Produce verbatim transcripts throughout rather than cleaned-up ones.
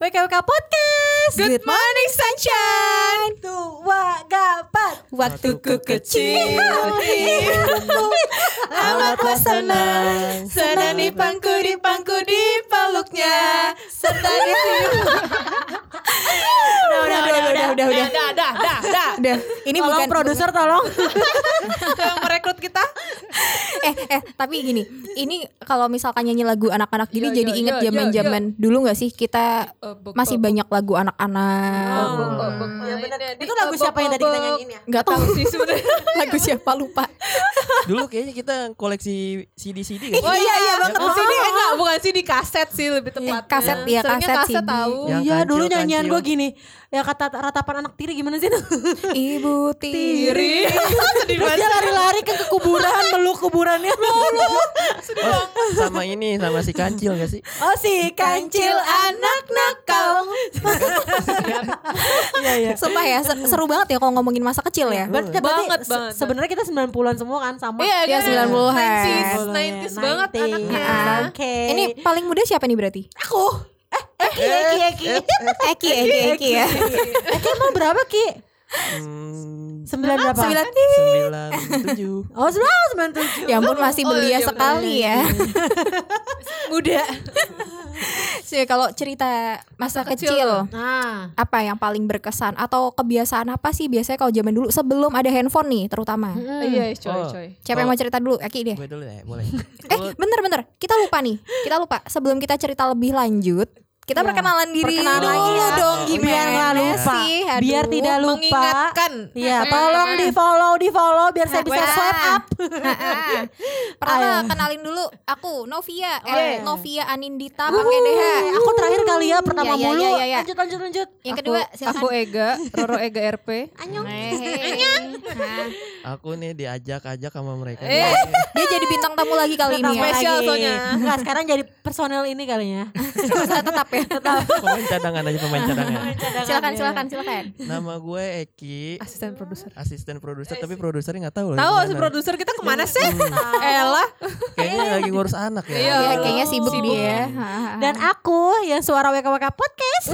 W K W K Podcast. Good morning sunshine. Tua gapat Waktuku kecil amatlah senang. Senang dipangku dipangku di peluknya. Serta ditiup. Udah udah udah udah udah udah Dah dah dah dah dah. udah. Ini Tolong bukan produser tolong. Yang merekrut kita. eh eh tapi gini, ini kalau misalkan nyanyi lagu anak-anak gini Yo, jadi yo, inget yo, zaman-zaman dulu nggak sih kita Uh, buk, masih buk, banyak lagu anak-anak. buk, buk, buk. Iya benar. Ini Itu lagu buk, siapa yang buk, tadi kita buk. nyanyiin ya? Nggak tahu sih sebenarnya. lagu siapa, lupa. Dulu kayaknya kita koleksi C D C D kan? Oh iya iya banget. Ya, C D enggak, bukan C D, kaset sih lebih tepatnya. kaset, iya, Seringnya kaset kaset C D. tahu. Yang Iya dulu kancil, nyanyian kancil. gue gini. Ya kata ratapan anak tiri gimana sih tuh? Ibu tiri. Sedih Terus dia banget. lari-lari ke kuburan, meluk kuburannya. Oh, sama ini sama si kancil gak sih? Oh si kancil anak nakal. Iya iya. Sumpah ya, ser- seru banget ya kalau ngomongin masa kecil ya. Berarti, berarti Banget, se- banget, sebenarnya kita sembilan puluhan semua kan sama. Iya, Iya, kan? sembilan puluhan. nineties, nineties banget anaknya. Ah. Oke. Ini paling muda siapa nih berarti? aku. Eh, Eki, Eki, Eki. Eki, Eki, Eki ya. Eki emang berapa Ki? Hmm, Sembilan berapa? Sembilan. sembilan tujuh. Oh sembilan sembilan tujuh. Ya ampun masih Oh, belia iya, sekali ya. Muda. Sih kalau cerita masa, Masa kecil. kecil, Nah. apa yang paling berkesan atau kebiasaan apa sih biasanya kalau zaman dulu sebelum ada handphone nih terutama? Iya, coy, Oh. coy. Siapa yang mau cerita dulu? Eki deh. Gue dulu ya, boleh. Eh, bener-bener. Kita lupa nih. Kita lupa. Sebelum kita cerita lebih lanjut, kita Ya, perkenalan diri perkenalan dulu lagi ya. dong. Oh, Gimana biar nggak lupa. sih? Aduh. Biar tidak lupa. Mengingatkan. Iya, tolong di follow, di follow biar saya bisa Wah. swipe up. Pertama Ayo. kenalin dulu aku Novia, Oh, eh, iya. Novia Anindita pakai D H. Eh, Aku terakhir kali ya, pertama Ya, ya, mulu. ya, ya, ya. Lanjut, lanjut, lanjut. Yang kedua silakan. Aku Ega, Roro Ega R P. Anyong. Nah, Aku nih diajak-ajak sama mereka. Eh. dia jadi bintang tamu lagi kali ini ya. Spesial Lagi. soalnya. Enggak, sekarang jadi personel ini kali ya. Tetap ya. Pemain cadangan aja, pemain cadangan. Silakan, silakan, silakan. Nama gue Eki, Asisten produser. asisten produser, tapi produsernya nggak tahu loh. Tahu di si mana. produser kita kemana sih? Elah. Kayaknya lagi ngurus anak ya. Iya. Ya, kayaknya sibuk Sibuk. dia. Dan aku yang suara W K W K Podcast.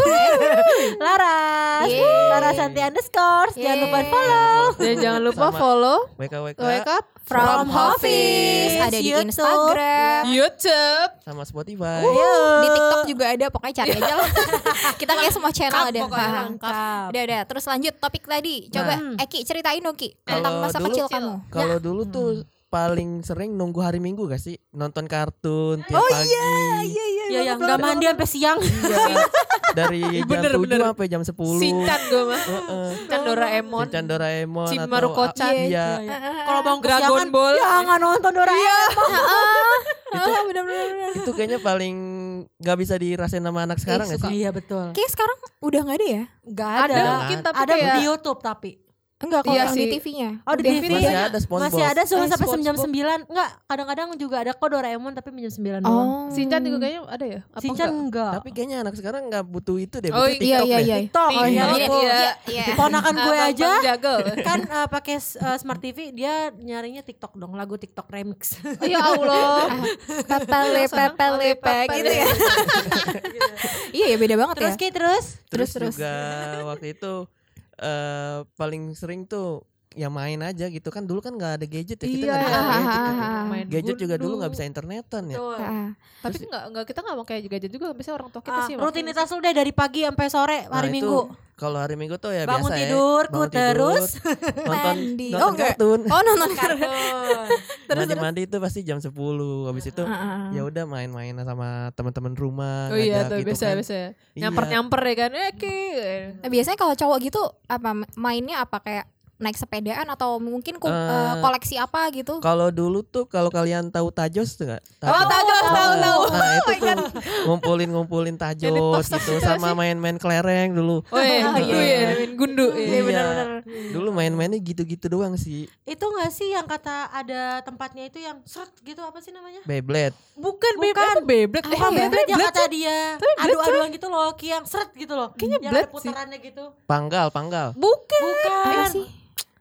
Laras. Yeay. Laras Santi underscore. Jangan Yeay. lupa follow. Dan jangan lupa Sama. follow W K W K Wake Up From From Office, ada di YouTube. Instagram, YouTube. sama Spotify. Ayo. di TikTok juga ada, pokoknya cari aja lah. Kita kayak semua channel Lengkap ada. pokoknya, Nah, lengkap. Udah, udah. Terus lanjut topik tadi. Coba Eki ceritain dong Ki tentang Kalau masa dulu- kecil kamu. Kalau dulu tuh paling sering nunggu hari Minggu gak sih? Nonton kartun tiap pagi. Iya iya ya, nggak mandi sampai siang. Iya. Dari jam Bener, tujuh bener. sampai jam sepuluh. Sincan gue mah. Heeh. Sincan Doraemon. Sincan Doraemon Cimaru atau Kocan. Iya. Kalau bang Dragon kesiangan, Ball. ya nggak nonton Doraemon. Itu itu kayaknya paling gak bisa dirasain sama anak sekarang gak sih? Iya betul. Kayaknya sekarang udah nggak ada ya? Nggak Ada ada. mungkin tapi Ada kayak di YouTube tapi. Enggak, kalau Iya yang sih. di T V-nya. Oh di Udah T V Masih ada SpongeBob. masih ada suruh Eh, sampai SpongeBob. jam sembilan. Enggak, kadang-kadang juga ada kok Doraemon tapi jam sembilan doang. Oh. Sincan juga kayaknya ada ya? Apa Shinchan enggak? enggak. Tapi kayaknya anak sekarang gak butuh itu deh, Oh, butuh Iya, TikTok iya, deh. iya. TikTok. Oh iya. Iya, aku- iya. Iya. Ponakan gue Abang aja Bang Jagel. kan uh, pakai uh, smart T V dia nyarinya TikTok dong, lagu TikTok remix. Ya Allah. Papale, papale, pa gitu ya. Iya ya, beda banget Terus ya. Ki terus? Terus, Terus, terus. juga waktu itu eh paling sering tuh ya main aja gitu kan, dulu kan nggak ada gadget ya, kita Iya, nggak bisa iya. gadget gitu. Main Gadget juga gundu. dulu nggak bisa internetan ya. Tuh. Ah. Tapi enggak enggak kita enggak mau kayak gadget juga, biasanya orang tua kita Ah, sih. rutinitas lu deh dari pagi sampai sore Nah, hari itu Minggu. Kalau hari Minggu tuh ya Bangun biasa tidurku ya. Bangun terus. tidur, nonton Mandi. nonton Oh, enggak. kartun. Oh, nonton Kartun. Mandi-mandi itu pasti jam sepuluh. Habis itu Ah, ah. ya udah main-main sama teman-teman rumah. Oh iya ngajak tuh gitu biasa kan. biasa. Iya. Nyamper-nyamper ya kan. Eh Ki. Nah, biasanya kalau cowok gitu apa mainnya apa kayak naik sepedaan atau mungkin ku- Eh, eh, koleksi apa gitu? Kalau dulu tuh kalau kalian tahu tajos tuh nggak? Oh, tajos, tahu, tahu. Nah itu tuh ngumpulin-ngumpulin tajos gitu sama main-main kelereng dulu. Oh iya, Oh, gundu iya, ya, iya. main gundu. Iya, benar-benar. Dulu main-mainnya gitu-gitu doang sih. Itu enggak sih yang kata ada tempatnya itu yang seret gitu, apa sih namanya? Beyblade. Bukan Bukan. Beyblade, Beyblade. Ah, Bukan iya. Beyblade yang Blade kata dia adu-aduan gitu loh, Ki, yang seret gitu loh. Kayaknya yang Blade ada putarannya gitu. Panggal, panggal. Bukan. Bukan. Apa sih?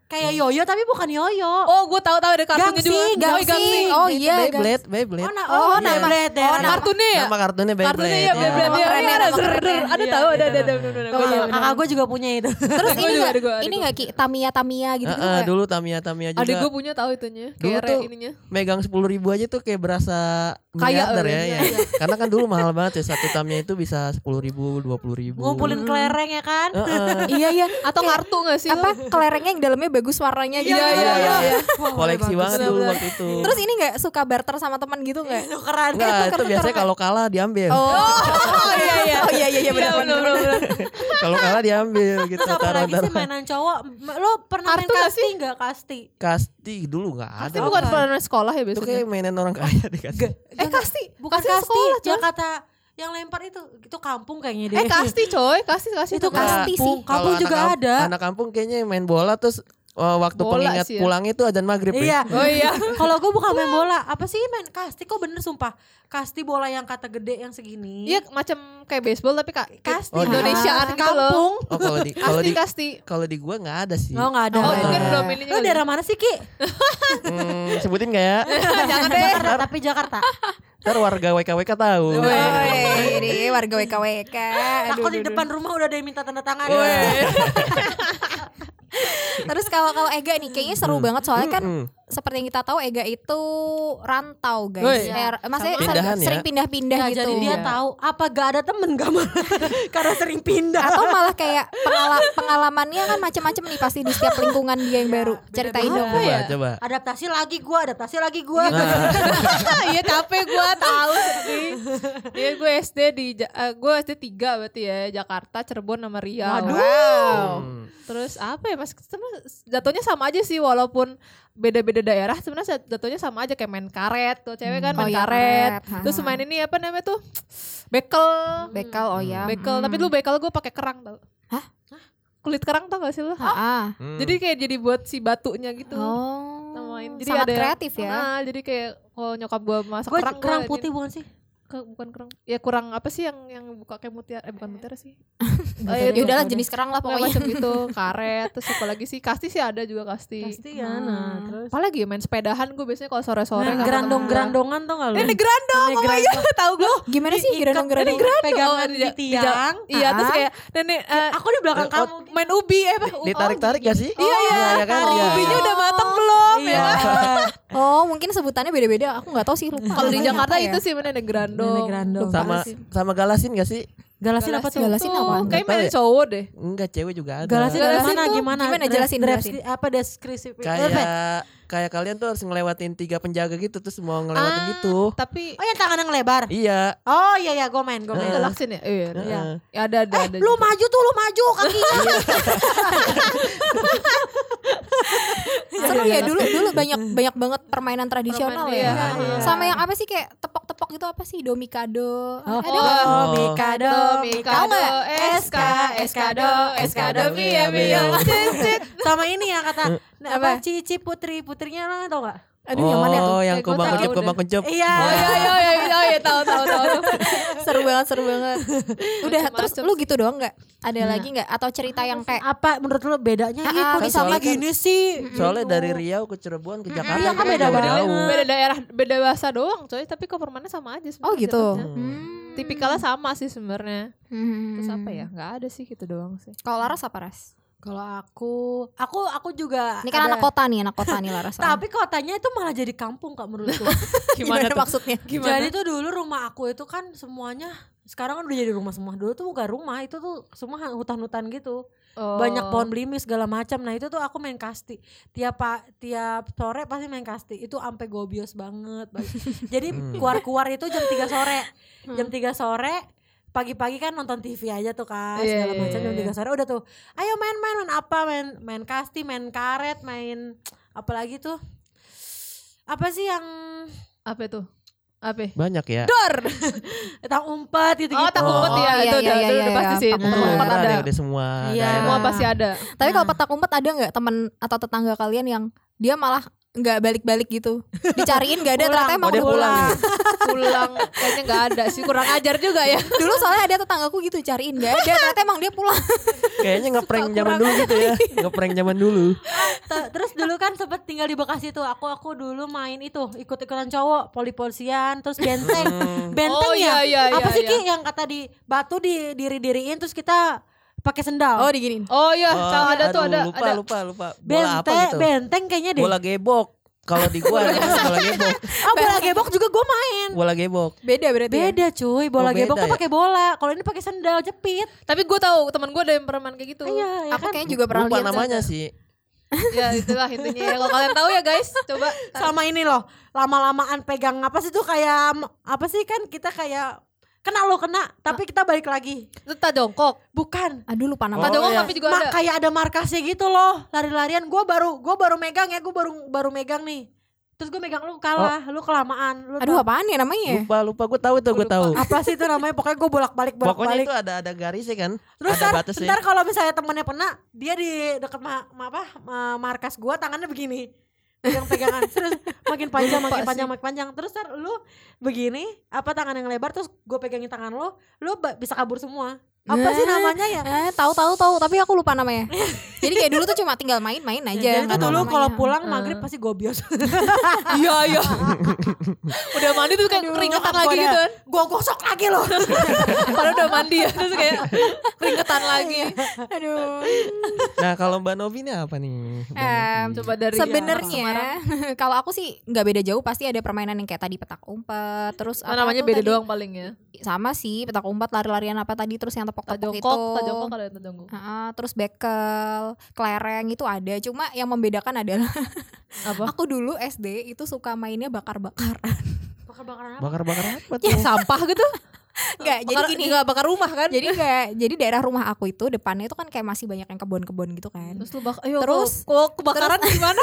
kayak yoyo tapi bukan yoyo. Oh, gue tahu-tahu ada kartunya juga. Gangsing, Oh, gangsing. Oh iya, Beyblade, Beyblade. Oh, na- Oh, oh, nama- Beyblade ya. oh, Nama- Kartunya ya? Nama kartunya Beyblade. Kartunya ya ya. Beyblade. Nama Iya, kerennya, iya, nama ada, kerennya. ada Iya, tahu, ada, iya, ada, ada, iya. bener, bener. Oh, Gua iya, tahu. kakak gue juga punya itu. Terus Ada ini gua, nggak ada gua, ada ini gua. nggak Ki Tamiya Tamiya gitu Eh, gitu eh, dulu Tamiya Tamiya juga. Adik gue punya tahu itunya. Dulu Kayak tuh re- ininya. megang sepuluh ribu aja tuh kayak berasa Kaya, miliarder ya, eh, ya. Karena kan dulu mahal banget ya, satu Tamiya itu bisa sepuluh ribu, dua puluh ribu. Ngumpulin kelereng ya kan. Iya iya. Atau kartu gak sih Apa lo? kelerengnya yang dalamnya bagus warnanya gitu. Iya, iya, iya, iya. Koleksi banget dulu waktu itu. Terus ini nggak suka barter sama teman gitu nggak? Tukeran. Enggak, itu tuker-tuker biasanya kan? kalau kalah diambil. Oh, iya iya. Oh iya iya iya benar benar. benar. Kalau kalah diambil gitu. Terus apa lagi sih taruh-taruh. mainan cowok? M- Lo pernah main Kartu nggak kasti nggak kasti? Kasti dulu enggak ada. Itu bukan permainan sekolah ya Itu biasanya. kayak mainan orang kaya deh kasti. Eh kasti, Bukan Kasti kasti, sekolah, coy. Jakarta yang lempar itu itu kampung kayaknya deh. Eh kasti coy, kasti kasti Itu tuh. kasti sih. kampung, kampung Kalau juga anak kamp- ada. Anak kampung kayaknya main bola terus uh, waktu Bola pengingat sih ya. pulangnya itu adzan maghrib Iya. ya. Oh iya. Kalau gue bukan main bola, apa sih main kasti? Kok bener sumpah. Kasti bola yang kata gede yang segini. Iya macam kayak baseball tapi kak Kasti Oh, di- Indonesiaan gitu loh. kampung. Oh kalau di kalau Kasti di kasti. kalau di gua enggak ada sih. Oh nggak ada. Oh nggak mungkin ada. belum ini Lo daerah mana sih Ki? Hmm, sebutin enggak ya? Jangan Jakarta, tapi Jakarta. Ntar warga W K W K tahu. Woi, ini warga W K W K. Aduh, Takut di aduh, depan rumah udah ada yang minta tanda tangan. Terus kalau kalau Ega nih kayaknya seru banget soalnya kan Mm-mm. seperti yang kita tahu Ega itu rantau guys. Woi. Eh, maksudnya Sama. Pindahan ya? sering pindah-pindah Nah, gitu. jadi dia Iya. tahu apa gak ada temen gak mah karena sering pindah. Atau malah kayak pengala- pengalamannya kan macam-macam nih pasti di setiap lingkungan dia yang baru. Ceritain beda-beda. dong. Coba ya? coba. Adaptasi lagi gua, adaptasi lagi gua. Nah, Iya capek gue tahu sedih. Iya gue S D di Ja- eh, gue S D tiga berarti ya Jakarta, Cirebon sama Riau. Waduh. Wow. hmm. Terus apa ya mas? Sebenarnya jatuhnya sama aja sih walaupun beda-beda daerah sebenarnya jatuhnya sama aja kayak main karet tuh cewek kan Oh main iya, karet. karet. Terus Ha-ha. main ini apa namanya tuh bekel. Bekal oh ya. Bekel. Hmm. Tapi dulu bekel gue pakai kerang tau. Hah? Kulit kerang tau gak sih lo? Ah. Hmm. Jadi kayak jadi buat si batunya gitu. Oh. Namain. Jadi Sangat ada yang- kreatif ya. Ah, jadi kayak kalau nyokap gue masak Gue kerang, kerang gua putih ini- bukan sih? ke- bukan kerang. Ya kurang apa sih yang yang buka kayak mutiara eh bukan mutiara sih. Oh, Ya itu. udahlah jenis kerang lah Pokoknya pokoknya. macam gitu, karet, terus apa lagi sih? Kasti sih ada juga kasti. Pasti ya. Nah, terus Apalagi ya main sepedahan gue biasanya kalau sore-sore nah, sama gerandong-gerandong tau gak lu? temen gua. Eh, gerandong. Nenek gerandong. Tahu gue. Gimana sih Diikat, gerandong-gerandong? nenek pegangan Oh, di di- di- tiang. Iya, terus Ah. kayak nenek eh, Aku di belakang Oh, kamu. main ubi eh apa? Ditarik-tarik gak sih? Iya, iya. ya kan? Oh, Iya. ubinya udah matang belum Iya. ya? Oh mungkin sebutannya beda-beda. Aku nggak tahu sih lupa. Kalau di Namanya Jakarta apa ya? itu sih nenek gerandong. Nenek gerandong. Lupa Sama sih. sama galasin gak sih? Galasin apa tuh? Galasin Tuh, apa? Kayak Nggak tahu main ya. cowok deh. Enggak, cewek juga ada. Galasin, Galasin gimana tuh gimana? gimana? Dres- Jelasin, dres- jelasin. Apa deskripsi? Kayak kayak kalian tuh harus ngelewatin tiga penjaga gitu terus mau ngelewatin Ah. gitu. Tapi Oh yang tangan yang lebar. Iya. Oh iya iya gue main gue itu main. galaksin ya? Iya. ada. Iya. Ya ada ada ada. Lu juga. maju tuh lu maju kakinya. Seru ya dulu dulu banyak banyak banget permainan tradisional Permainan, ya. iya, iya. Sama yang apa sih kayak tepok-tepok gitu apa sih domikado. Oh, Ada nggak? oh, Mikado, Mikado, S K, Eskado, Eskado, Mia, Mia. Sama ini yang kata nah, Apa? apa Cici Putri putrinya lah tau gak? Aduh yang mana tuh? Oh, yang Eh, gua kumbang tahu kuncup deh. kumbang kuncup. Iya. Oh iya iya iya iya iya tahu tahu tahu. Seru banget seru banget. Udah Macem-macem terus lu gitu doang nggak? Ada lagi nggak? Atau cerita yang kayak Apa menurut lu bedanya Ah, gitu ah, di kan sana soalnya kan- gini sih? Soalnya dari Riau ke Cirebon ke Jakarta Iya, kan beda jauh. banget. Beda daerah, beda bahasa doang, coy. Tapi kok permainnya sama aja sebenarnya. oh gitu. jatuhnya. Hmm. Tipikalnya sama sih sebenarnya. Hmm. Terus apa ya? Nggak ada sih gitu doang sih. Kalau Laras apa Ras? Kalau aku, aku aku juga. Ini kan ada- anak kota nih, anak kota nih Laras. Tapi kotanya itu malah jadi kampung kak menurutku. gimana tuh maksudnya? Jadi tuh dulu rumah aku itu kan semuanya sekarang kan udah jadi rumah semua. Dulu tuh bukan rumah, itu tuh semua hutan-hutan gitu. Oh. Banyak pohon belimbing segala macam. Nah itu tuh aku main kasti tiap pa, tiap sore pasti main kasti itu sampai gobios banget. Jadi Hmm. keluar-keluar itu jam tiga sore, jam tiga sore. Pagi-pagi kan nonton T V aja tuh kan Iya, segala iya, macam jam iya. tiga sore udah tuh. Ayo main-main main apa main main kasti, main karet, main apa lagi tuh? Apa sih yang Apa itu? Apa? Banyak ya. tang umpet gitu-gitu. Oh, tak Oh, umpet ya, iya, itu iya, udah, iya, udah, udah iya, pasti iya. sih. Tak Tempat umpet. tempat Ada ada. udah semua Iya. daerah. Semua pasti ada. Tapi kalau petak umpet ada nggak teman atau tetangga kalian yang dia malah nggak balik-balik gitu. Dicariin nggak ada, Pulang. ternyata emang Oh, dia udah pulang pulang. nih. Pulang kayaknya nggak ada sih, kurang ajar juga ya. Dulu soalnya ada tetanggaku gitu cariin nggak ada, ternyata emang dia pulang. Kayaknya ngeprank zaman dulu gitu ya. Ngeprank zaman dulu. T- Terus dulu kan sempet tinggal di Bekasi tuh. Aku aku dulu main itu ikut-ikutan cowok, poli-polisian, terus benteng. Benteng Oh, ya. iya, iya, Apa iya, sih iya. Ki yang kata di batu di diri-diriin terus kita pakai sendal. Oh diginin. Oh iya, Oh, sama ada tuh aduh, ada lupa, ada. lupa lupa. Bola apa Benteng, gitu? benteng kayaknya deh. Bola gebok. Kalau di gua namanya bola gebok. Oh bola gebok juga gue main. Bola gebok. Beda berarti. ya? Beda cuy, bola Oh, gebok beda tuh ya? pakai bola. Kalau ini pakai sendal jepit. Tapi gue tahu teman gue ada yang pernah main kayak gitu. Iya, ya Aku kan? kayaknya juga pernah Lupa lihat. namanya sih. Ya itulah intinya ya. Kalau kalian tahu ya guys, coba. Sama ini loh, lama-lamaan pegang apa sih tuh kayak apa sih kan kita kayak kena lo kena, tapi kita balik lagi. Itu tak jongkok. Bukan. Aduh lupa Oh, nama. Tak jongkok iya. tapi juga Ma- ada. kayak ada markasnya gitu loh, lari-larian. Gue baru gue baru megang ya, gue baru baru megang nih. Terus gue megang lu kalah, lu kelamaan. Lu Aduh tau- apaan ya namanya? Lupa lupa gue tahu tuh, gue tahu. apa sih itu namanya? Pokoknya gue bolak-balik Pokoknya bolak-balik. itu ada ada garisnya kan. Terus ada ntar, batasnya. ntar kalau misalnya temennya pernah, dia di deket ma, ma- apa ma- markas gue tangannya begini, pegang-pegangan. Terus makin panjang, makin Apa panjang, sih? makin panjang. Terus ntar lu begini, apa tangan yang lebar, terus gue pegangin tangan lu, lu ba- bisa kabur semua. Apa sih namanya ya? Eh, tahu tahu tahu tapi aku lupa namanya. Jadi kayak dulu tuh cuma tinggal main-main aja. Jadi nggak tuh tahu dulu namanya. kalau pulang Hmm. maghrib pasti gobios. Iya iya. Udah mandi tuh kayak keringetan lagi gitu kan. Gue gosok lagi loh. Padahal udah mandi ya. Terus kayak keringetan lagi. Aduh. Nah kalau Mbak Novi ini apa nih? Mbak Em, Novi? Coba dari Sebenarnya kalau aku sih nggak beda jauh, pasti ada permainan yang kayak tadi petak umpet, terus Nah, apa namanya tuh beda tadi? doang paling ya. Sama sih petak umpet, lari-larian apa tadi, terus yang Tak tepok-tepok itu. jongkok, tak jongkok ada tak jongkok. Heeh, terus bekel, kelereng itu ada. Cuma yang membedakan adalah Apa? aku dulu S D itu suka mainnya bakar-bakaran. Bakar-bakaran apa? Bakar-bakar apa tuh? Ya, sampah gitu. Enggak, jadi Bakar- gini. nggak bakar rumah kan? Jadi enggak, jadi daerah rumah aku itu depannya itu kan kayak masih banyak yang kebun-kebun gitu kan. Terus lu bak ayo Terus- kok kebakaran gimana?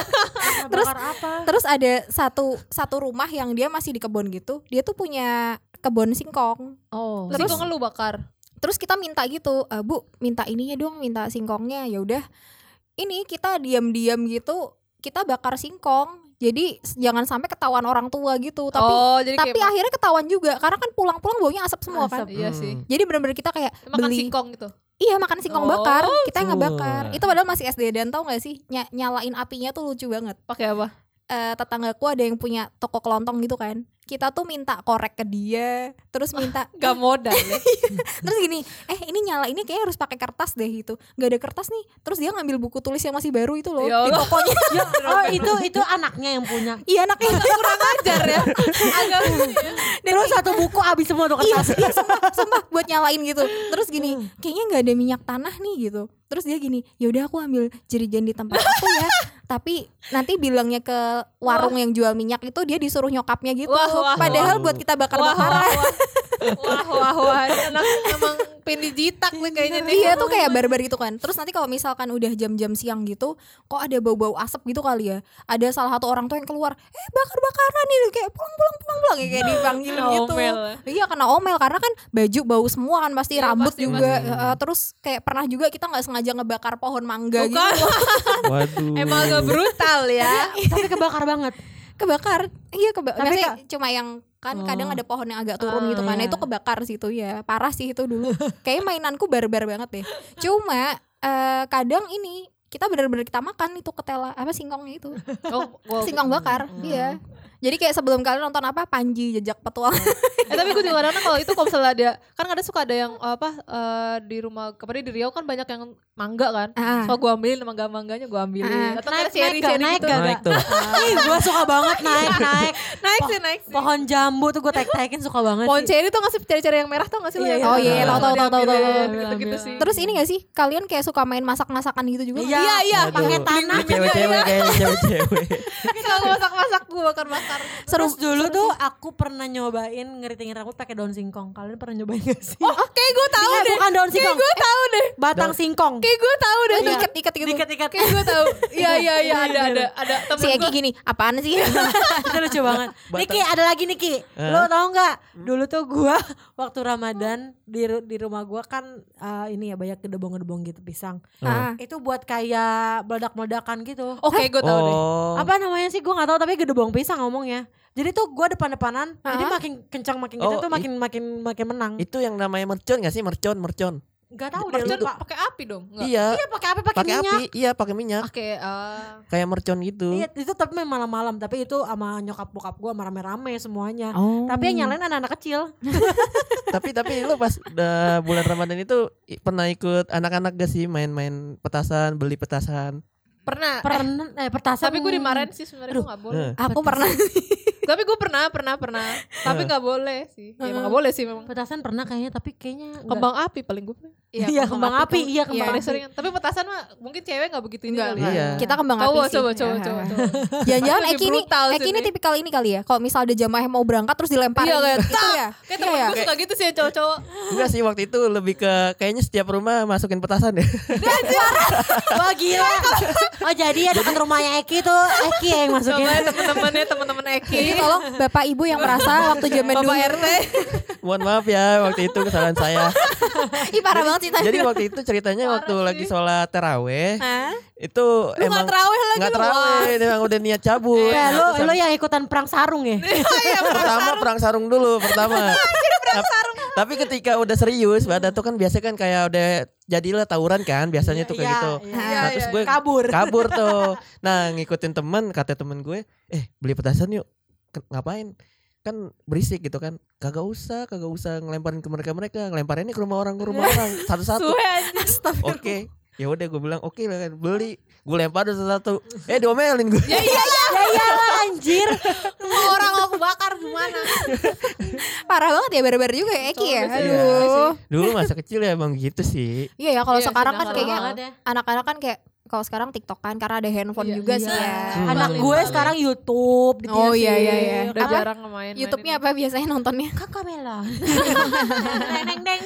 Terus- Bakar apa? Terus ada satu satu rumah yang dia masih di kebun gitu. Dia tuh punya kebun singkong. Oh, Terus- singkong lu bakar. Terus kita minta gitu, e, Bu, minta ininya dong, minta singkongnya. Ya udah. Ini kita diam-diam gitu, kita bakar singkong. Jadi s- jangan sampai ketahuan orang tua gitu. Tapi oh, jadi tapi kayak akhirnya ketahuan juga karena kan pulang-pulang baunya asap semua kan. asap. Iya Hmm. sih. Jadi benar-benar kita kayak Makan beli singkong gitu. Iya makan singkong Oh, bakar, kita yang tuh. ngebakar. Itu padahal masih S D, dan tau gak sih ny- nyalain apinya tuh lucu banget. Pakai apa? Eh, tetanggaku ada yang punya toko kelontong gitu kan. Kita tuh minta korek ke dia, terus minta Gak modal ya. terus gini, eh ini nyala ini kayaknya harus pakai kertas deh gitu. Gak ada kertas nih. Terus dia ngambil buku tulis yang masih baru itu loh Ya di Allah. tokonya. Ya, oh itu itu anaknya yang punya. Iya anaknya. Kurang ajar ya. Agak Terus satu buku habis semua tuh Iya, kertas. iya sumpah, sumpah buat nyalain gitu. Terus gini, kayaknya nggak ada minyak tanah nih gitu. Terus dia gini, ya udah aku ambil jerigen di tempat aku ya. Tapi nanti bilangnya ke warung yang jual minyak itu dia disuruh nyokapnya gitu. Wah, wah, Padahal wah. buat kita wah bakar-bakaran. wah wah wah wah. Ini anak emang pengen dijitak nih kayaknya nih. Iya tuh kayak barbar gitu kan. Terus nanti kalau misalkan udah jam-jam siang gitu, kok ada bau-bau asap gitu kali ya. Ada salah satu orang tuh yang keluar, eh bakar-bakaran nih, kayak pulang-pulang pulang-pulang ya kayak dipanggilin Kena gitu. omel. Iya kena omel karena kan baju bau semua kan pasti, Iya, rambut pasti, juga. pasti. Eh, terus kayak pernah juga kita nggak sengaja ngebakar pohon mangga Tuh gitu. kan. Waduh. Emang agak brutal ya. Tapi kebakar banget. Kebakar. Iya kebakar. Tapi Biasanya cuma yang kan Oh. kadang ada pohon yang agak turun Ah, gitu kan. Nah, iya. itu kebakar sih itu ya. Parah sih itu dulu. Kayaknya mainanku barbar banget deh. Cuma eh, kadang ini kita benar-benar kita makan itu ketela apa singkongnya itu. Oh, wow. Singkong bakar. Iya. Jadi kayak sebelum kalian nonton apa Panji Jejak Petualang. Eh tapi gue juga kadang kalau itu kalau misalnya ada kan ada suka ada yang apa eh, di rumah kemarin di Riau kan banyak yang mangga kan. Ah. So gue ambilin mangga-mangganya gue ambilin. Ah. Atau Naik, kayak seri naik, seri naik, gitu. gak? Naik tuh. Ih, gue suka banget naik naik. Naik sih naik sih. Pohon jambu tuh gue taik-taikin suka banget Pohon sih. ceri tuh ngasih ceri-ceri yang merah tau gak sih lo? Iya, yang- iya. Oh iya, tahu tahu tahu tahu tahu. Gitu-gitu sih. Terus ini gak sih kalian kayak suka main masak-masakan gitu juga? Iya, Iya, iya. Waduh. pakai tanah. Cewek-cewek kayaknya cewek-cewek. Kalau masak-masak gue bakar-bakar. bakar. Seru Terus dulu tuh aku pernah nyobain ngeritingin rambut pakai daun singkong. Kalian pernah nyobain gak sih? Oh, kayak gue tahu Eh, deh. bukan daun singkong. Gue tahu deh. Batang Daun- singkong. Kayak gue tahu deh. Itu Iya. ikat-ikat gitu. Diikat-ikat. Kayak gue tahu. Iya iya iya ada ada ada Si temen Eki gue. gini, apaan sih? Itu lucu banget. Batang- Niki ada lagi Niki. Hah? Lo tau nggak? Dulu tuh gua waktu Ramadan di ru- di rumah gua kan uh, ini ya banyak gedebong-gedebong gitu pisang. Ah. Itu buat kayak meledak-meledakan gitu. Oh kayak gue tahu deh. Oh. Apa namanya sih gua nggak tahu tapi gedebong pisang ngomongnya. Jadi tuh gua depan-depanan, jadi Ah. makin kencang makin kencang Oh, tuh makin makin makin menang. Itu yang namanya mercon gak sih? Mercon, mercon. Gak tahu deh Mercon lupa. pakai api dong. Enggak. Iya. Iya pakai apa pakai Pakai minyak. api, iya pakai minyak. Oke, ah. Kayak mercon gitu. Iya itu tapi main malam-malam tapi itu sama nyokap bokap gua sama rame-rame semuanya. Oh. Tapi yang nyalain anak-anak kecil. tapi tapi lu pas udah bulan Ramadan itu i- pernah ikut anak-anak gak sih main-main petasan, beli petasan? Pernah. Eh, Pernah eh petasan. tapi gue dimarahin sih sebenarnya gue nggak boleh. Eh. Aku pernah. Tapi gue pernah pernah pernah. Tapi nggak boleh sih. Ya, emang nggak boleh sih memang. Petasan pernah kayaknya tapi kayaknya enggak. Kembang api paling gue. Iya, kembang api, iya, kembang paling api. sering. Tapi petasan mah mungkin cewek nggak begitu ini Enggak, kali. Iya. Kita kembang api Coba sih. coba coba Ah. coba coba. Jangan-jangan Lebih Eki ini, brutal Eki ini sini. tipikal ini kali ya. Kalau misal ada jamaah yang mau berangkat terus dilemparin Iya, kayak, gitu ya. Kayak Iya temen ya. gue suka gitu sih yang cowok-cowok. Enggak sih waktu itu lebih ke kayaknya setiap rumah masukin petasan deh. Wah gila. Oh jadi ya dekat rumahnya Eki tuh Eki yang masukin. Coba temen-temennya temen-temen Eki. Jadi tolong Bapak Ibu yang merasa waktu zaman dulu. Bapak R T. Mohon maaf ya waktu itu kesalahan saya. Ih parah banget sih tadi. Jadi waktu itu ceritanya waktu lagi sholat teraweh Hah? itu Lu emang nggak terawih lagi nggak lu. terawih, emang udah niat cabut. Ya, Nah, lo terus lo yang ikutan perang sarung ya. pertama perang sarung dulu pertama. Tap- Tapi ketika udah serius, pada tuh kan biasa kan kayak udah jadilah tawuran kan biasanya tuh kayak Iya, gitu. iya. Nah, terus gue Kabur. kabur tuh. Nah ngikutin temen, kata temen gue, eh beli petasan yuk. Ke- Ngapain? Kan berisik gitu kan. Kagak usah, kagak usah ngelemparin ke mereka mereka, ngelemparinnya ke rumah orang ke rumah orang satu-satu. Suwe anjir. Oke. Ya udah gue bilang oke lah kan beli. Gue lempar satu-satu. Eh diomelin gue. Ya iya iya. Ya iyalah anjir. Mau orang aku bakar gimana? Parah banget ya barbar juga ya Eki ya. Cowok Iya. Aduh. Dulu masa kecil ya emang gitu sih. Iya ya kalau Iya, sekarang sih, kan nakal kayaknya banget ya. anak-anak kan kayak kalau sekarang TikTok kan karena ada handphone Iya, juga iya. sih ya. Hmm. Anak Paling, gue paling. sekarang YouTube. Oh, iya, iya, iya. Udah Apa? jarang main. YouTube-nya apa biasanya nontonnya? Kakak Mela. Neng neng.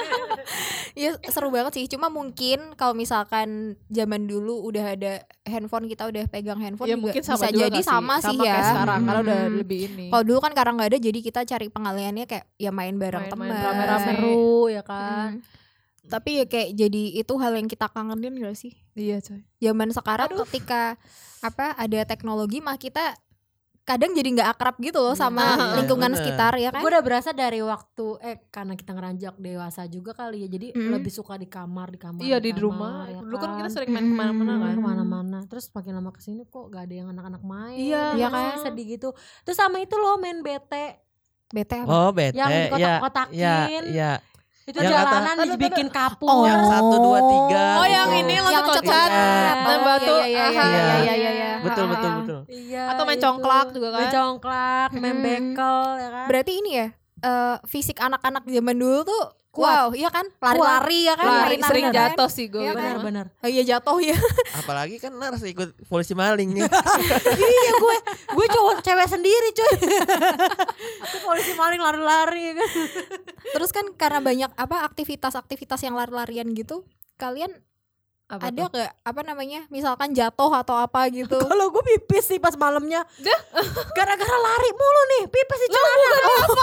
Iya seru banget sih. Cuma mungkin kalau misalkan zaman dulu udah ada handphone, kita udah pegang handphone Ya juga mungkin sama bisa juga jadi nggak sama, sih Sama ya. kayak sekarang karena udah Hmm. lebih ini. Kalau dulu kan karena nggak ada, jadi kita cari pengaliannya kayak ya main bareng Main-main teman. rame-rame. Seru ya kan. Hmm. Tapi ya kayak jadi itu hal yang kita kangenin gak sih? Iya coy. Zaman sekarang ketika apa ada teknologi mah kita kadang jadi nggak akrab gitu loh sama Nah, lingkungan bener. sekitar ya kan? Gue udah berasa dari waktu eh karena kita ngeranjak dewasa juga kali ya. Jadi Mm. lebih suka di kamar, di kamar. Iya di kamar, rumah. ya Dulu kan kita kan? sering main kemana-mana Hmm. kan. Kemana-mana. Terus makin lama kesini kok gak ada yang anak-anak main. Iya, iya kan? kan? Sedih gitu. Terus sama itu loh main bete. Bete apa? Oh bete. Yang ya, dikotak-kotakin. ya, ya. Itu Yang jalanan kata- dibikin kapur. Oh. Yang satu dua tiga. Oh yang gitu. ini Yang loncat-loncat. loncat-loncat. Lem batu. Iya, iya, iya, Aha. iya, iya, iya, iya. Betul Ha, betul ha. betul. Iya, Atau main itu. congklak juga kan? Main congklak, main Hmm. bekel ya kan. Berarti ini ya eh, fisik anak-anak zaman dulu tuh Kuat. wow, iya kan? Lari-lari ya kan? Lari Main sering lari, kan? jatuh sih gue. Iya kan? Benar-benar. Oh, iya jatuh ya. Apalagi kan harus ikut polisi maling nih. Iya gue, gue cowok cewek sendiri cuy. Aku polisi maling lari-lari ya kan. Terus kan karena banyak apa aktivitas-aktivitas yang lari-larian gitu, kalian Apa ada tuh? gak apa namanya? Misalkan jatuh atau apa gitu. Kalau gue pipis sih pas malamnya. Gara-gara lari mulu nih, pipis di celana.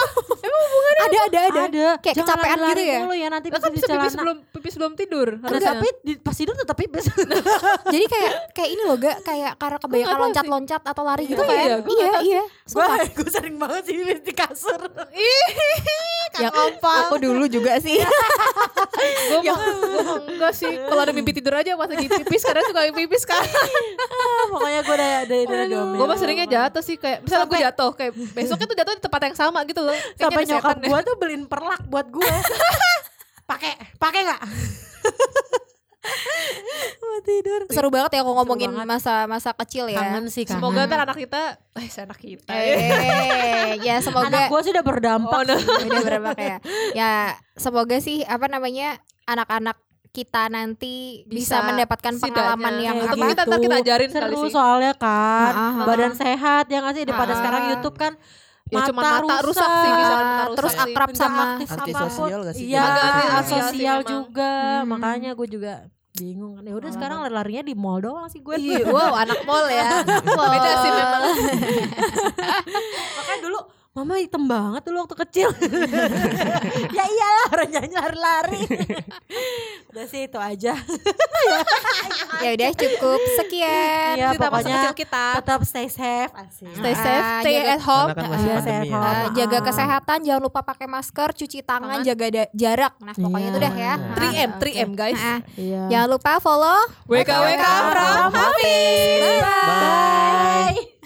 ada ada ada. Ada. Kayak Jangan kecapean lari-lari gitu ya? mulu ya nanti Lah pipis kan di bisa pipis celana. sebelum pipis sebelum tidur Enggak, harusnya. tapi di, pas tidur tetap pipis. Jadi kayak kayak ini loh gak kayak karena kebanyakan tahu sih. loncat-loncat atau lari gitu Oh kan. iya, gua Iya nggak tahu iya. Gue Sumpah. gue sering banget sih pipis di kasur. Yang aku dulu juga sih. Gue mah gue mah enggak sih. Kalau ada mimpi tidur aja pas lagi pipis karena suka pipis kan. Ah, pokoknya gue udah udah udah diomelin. Gue mah seringnya jatuh sih kayak misalnya gue jatuh kayak besoknya tuh jatuh di tempat yang sama gitu loh. Kayaknya Sampai ada nyokap setan deh. gue tuh beliin perlak buat gue. Pakai, pakai nggak? Mau tidur. Seru banget ya kalau ngomongin banget. masa-masa kecil ya. Kangen sih kangen. Semoga ntar anak kita, eh anak kita. Eh, ya semoga Anak gue sudah berdampak. Oh, no. udah berapa kayak ya semoga sih apa namanya anak-anak kita nanti bisa, Bisa mendapatkan pengalaman setidaknya. yang Kayak Atau apa? mungkin ntar kita ajarin seru kali sih. soalnya kan Ah, ah, badan sehat ya nggak sih daripada Ah. sekarang YouTube kan Ya mata, cuma mata rusak sih, bisa mata rusak Terus sih. akrab nggak sama aktif Antisosial gak sih? iya Agak antisosial sih sosial memang. juga Hmm. makanya gue juga bingung kan ya udah sekarang larinya di mall doang sih gue Iya, wow anak mall ya. Beda sih memang. makanya dulu mama hitam banget dulu waktu kecil ya iyalah orang nyanyi lari-lari udah sih itu aja Ya udah cukup sekian. Iya, Cerita masa pokoknya kecil kita. tetap stay safe asik. Stay safe, Ah, stay jaga- at home. Karena kan masih Iya, pandemi stay at ya. home. Eh, jaga Ah. kesehatan, jangan lupa pakai masker, cuci tangan, Tangan. jaga da- jarak. Nah, pokoknya Iya. itu dah ya. Nah. three M, three M guys. Nah, Iya. Jangan lupa follow W K W K from Hafiz. Hafiz. Bye. Bye. Bye.